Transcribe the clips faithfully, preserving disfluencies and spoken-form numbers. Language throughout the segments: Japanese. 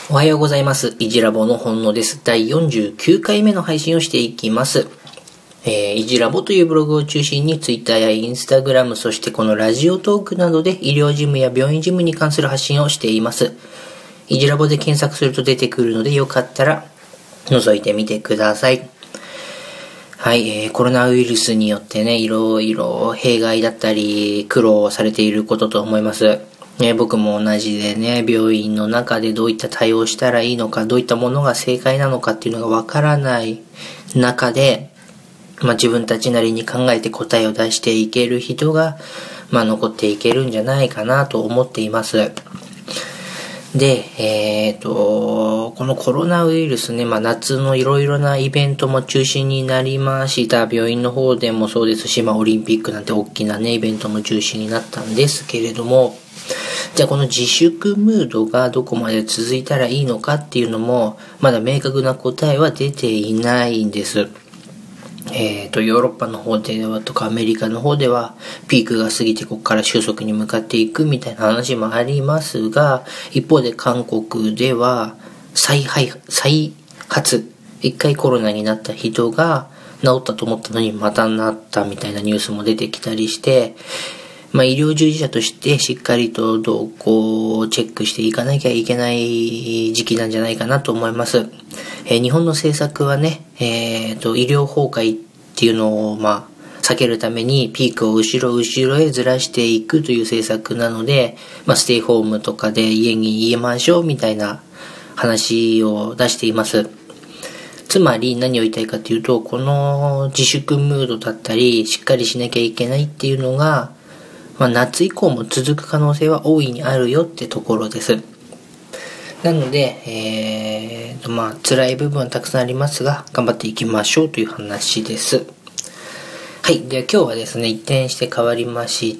おはようございます。いじラボの本野です。だいよんじゅうきゅうかいめの配信をしていきます。えー、いじラボというブログを中心に Twitter や Instagram、そしてこのラジオトークなどで医療事務や病院事務に関する発信をしています。いじラボで検索すると出てくるので、よかったら覗いてみてください。はい、えー、コロナウイルスによってね、いろいろ弊害だったり苦労されていることと思います。ね、僕も同じでね、病院の中でどういった対応をしたらいいのか、どういったものが正解なのかっていうのがわからない中で、まあ、自分たちなりに考えて答えを出していける人が、まあ、残っていけるんじゃないかなと思っています。で、えっと、このコロナウイルスね、まあ、夏のいろいろなイベントも中止になりました。病院の方でもそうですし、まあ、オリンピックなんて大きなね、イベントも中止になったんですけれども、じゃあこの自粛ムードがどこまで続いたらいいのかっていうのも、まだ明確な答えは出ていないんです。えーと、ヨーロッパの方ではとかアメリカの方ではピークが過ぎてここから収束に向かっていくみたいな話もありますが、一方で韓国では再配再発、一回コロナになった人が治ったと思ったのにまたなったみたいなニュースも出てきたりして、まあ、医療従事者としてしっかりと動向をチェックしていかなきゃいけない時期なんじゃないかなと思います。えー、日本の政策はね、えーと、医療崩壊っていうのを、まあ、避けるためにピークを後ろ後ろへずらしていくという政策なので、まあ、ステイホームとかで家にいましょうみたいな話を出しています。つまり何を言いたいかというと、この自粛ムードだったり、しっかりしなきゃいけないっていうのが、まあ、夏以降も続く可能性は大いにあるよってところです。なので、えーと、まあ、辛い部分はたくさんありますが、頑張っていきましょうという話です。はい。では今日はですね、一転して変わりまして、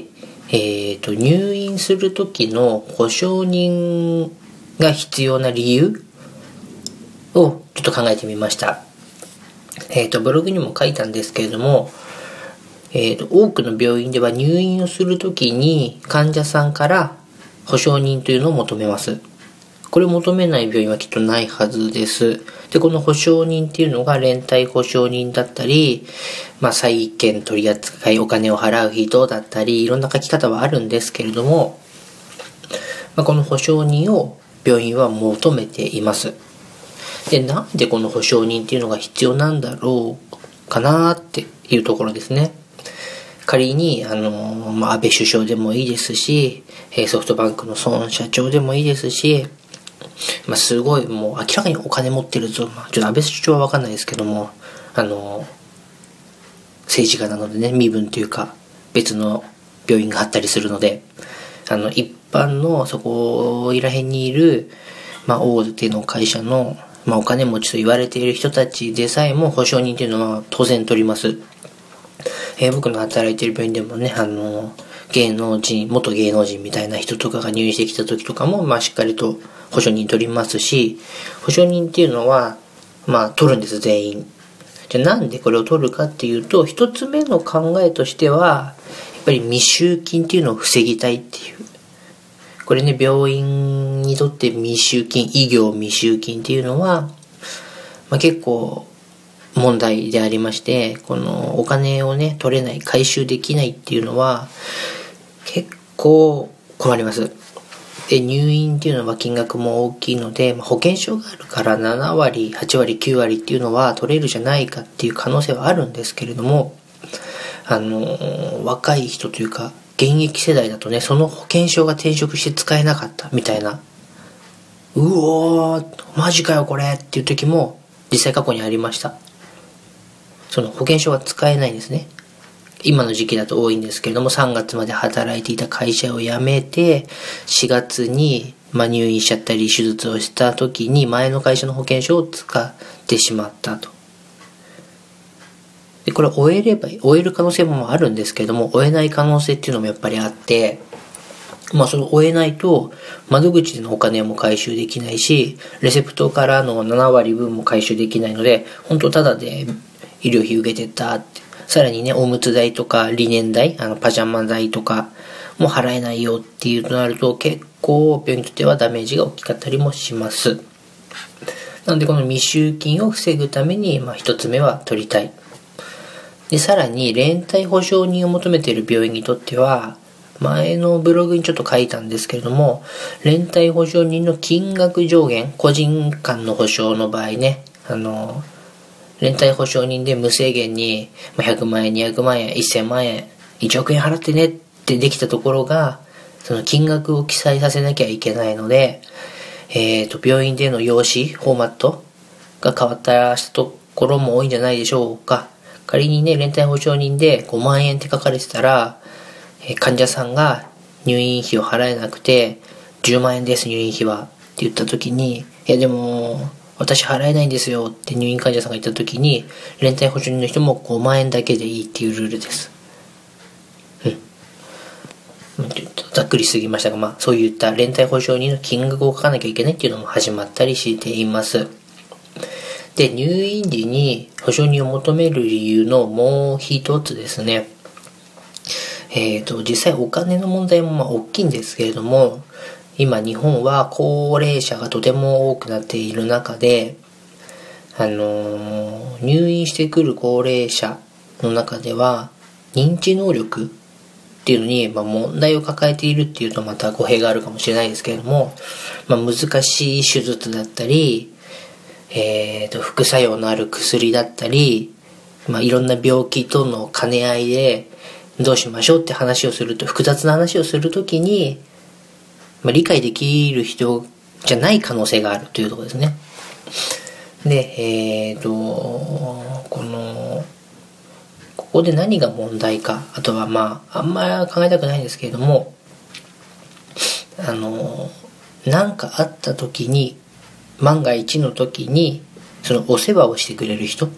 えーと、入院する時の保証人が必要な理由をちょっと考えてみました。えーと、ブログにも書いたんですけれども、えーと、多くの病院では入院をするときに患者さんから保証人というのを求めます。これを求めない病院はきっとないはずです。で、この保証人っていうのが連帯保証人だったり、まあ、債権取り扱い、お金を払う人だったり、いろんな書き方はあるんですけれども、まあ、この保証人を病院は求めています。で、なんでこの保証人っていうのが必要なんだろうかなっていうところですね。仮に、あの、まあ、安倍首相でもいいですし、ソフトバンクの孫社長でもいいですし、まあ、すごいもう明らかにお金持ってるぞ。まあ、ちょっと安倍首相はわかんないですけども、あの、政治家なのでね、身分というか、別の病院があったりするので、あの、一般のそこら辺にいる、まあ、大手の会社の、まあ、お金持ちと言われている人たちでさえも保証人というのは当然取ります。えー、僕の働いている病院でもね、あの、芸能人、元芸能人みたいな人とかが入院してきた時とかも、まあしっかりと保証人取りますし、保証人っていうのは、まあ取るんです、全員。じゃあなんでこれを取るかっていうと、一つ目の考えとしては、やっぱり未収金っていうのを防ぎたいっていう。これね、病院にとって未収金、医療未収金っていうのは、まあ結構、問題でありまして、このお金をね取れない、回収できないっていうのは結構困ります。で、入院っていうのは金額も大きいので、保険証があるからななわり、はちわり、きゅうわりっていうのは取れるじゃないかっていう可能性はあるんですけれども、あの若い人というか現役世代だとね、その保険証が転職して使えなかったみたいな、うおーマジかよこれっていう時も実際過去にありました。その保険証は使えないんですね。今の時期だと多いんですけれども、さんがつまで働いていた会社を辞めて、しがつに、まあ、入院しちゃったり手術をした時に前の会社の保険証を使ってしまったと。で、これ終えれば、終える可能性もあるんですけれども、終えない可能性っていうのもやっぱりあって、まあそれを終えないと窓口でのお金も回収できないし、レセプトからのななわりぶんも回収できないので、本当ただで医療費受けてったって、さらにね、おむつ代とかリネン代、あのパジャマ代とかもう払えないよっていうとなると、結構病院にとってはダメージが大きかったりもします。なのでこの未収金を防ぐために、まあ一つ目は取りたい。で、さらに連帯保証人を求めている病院にとっては、前のブログにちょっと書いたんですけれども、連帯保証人の金額上限、個人間の保証の場合ね、あの、連帯保証人で無制限にひゃくまんえん、にひゃくまんえん、せんまんえん、いちおくえん払ってねってできたところが、その金額を記載させなきゃいけないので、えっと、病院での用紙、フォーマットが変わったところも多いんじゃないでしょうか。仮にね、連帯保証人でごまんえんって書かれてたら、患者さんが入院費を払えなくて、じゅうまんえんです入院費はって言った時に、いやでも、私払えないんですよって入院患者さんが言った時に、連帯保証人の人もごまんえんだけでいいっていうルールです。うん。ちょっとざっくりすぎましたが、まあそういった連帯保証人の金額を書かなきゃいけないっていうのも始まったりしています。で、入院時に保証人を求める理由のもう一つですね。えっと、実際お金の問題もまあ大きいんですけれども、今日本は高齢者がとても多くなっている中で、あのー、入院してくる高齢者の中では認知能力っていうのに、まあ、問題を抱えているっていうとまた語弊があるかもしれないですけれども、まあ、難しい手術だったり、えーと、副作用のある薬だったり、まあ、いろんな病気との兼ね合いでどうしましょうって話をすると、複雑な話をするときに、まあ、理解できる人じゃない可能性があるというところですね。で、えーと、この、ここで何が問題か、あとはまあ、あんまり考えたくないんですけれども、あの、なんかあった時に、万が一の時に、そのお世話をしてくれる人、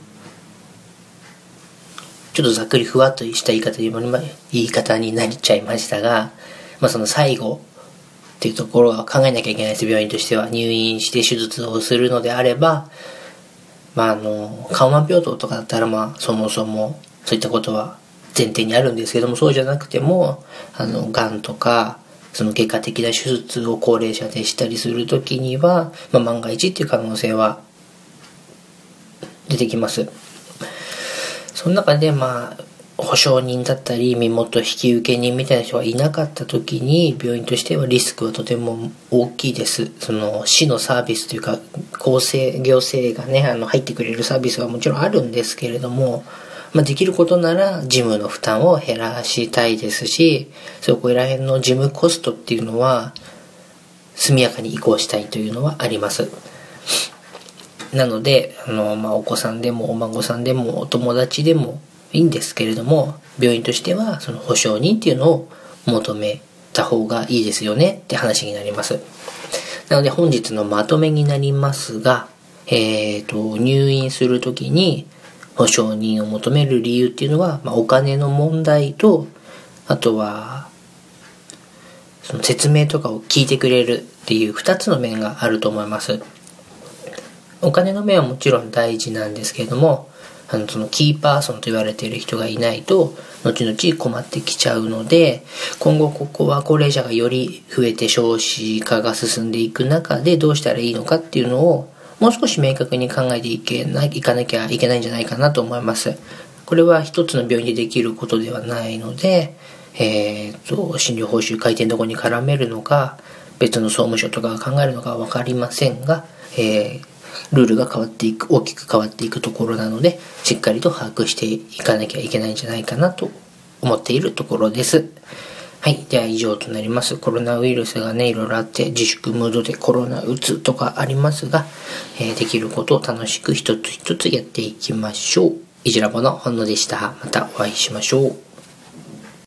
ちょっとざっくりふわっとした言い方で言い方になっちゃいましたが、まあその最後っていうところは考えなきゃいけないです。病院としては入院して手術をするのであれば、まああの緩和病棟とかだったらまあそもそもそういったことは前提にあるんですけども、そうじゃなくてもあのがんとかその外科的な手術を高齢者でしたりするときには、まあ、万が一っていう可能性は出てきます。その中でまあ保証人だったり身元引き受け人みたいな人がいなかったときに、病院としてはリスクはとても大きいです。その市のサービスというか公正行政がねあの入ってくれるサービスはもちろんあるんですけれども、まあ、できることなら事務の負担を減らしたいですし、そこら辺の事務コストっていうのは速やかに移行したいというのはあります。なのであの、まあ、お子さんでもお孫さんでもお友達でもいいんですけれども、病院としてはその保証人っていうのを求めた方がいいですよねって話になります。なので本日のまとめになりますが、えーと、入院するときに保証人を求める理由っていうのは、まあ、お金の問題と、あとはその説明とかを聞いてくれるっていう二つの面があると思います。お金の面はもちろん大事なんですけれども、あのそのキーパーソンと言われている人がいないと後々困ってきちゃうので、今後ここは高齢者がより増えて少子化が進んでいく中でどうしたらいいのかっていうのをもう少し明確に考えていけない、いかなきゃいけないんじゃないかなと思います。これは一つの病院でできることではないので、えー、と診療報酬改定どこに絡めるのか別の総務省とかが考えるのかは分かりませんが、えー、ルールが変わっていく、大きく変わっていくところなので、しっかりと把握していかなきゃいけないんじゃないかなと思っているところです。はい。では以上となります。コロナウイルスがね、いろいろあって自粛ムードでコロナうつとかありますが、えー、できることを楽しく一つ一つやっていきましょう。いじらぼのほんのでした。またお会いしましょう。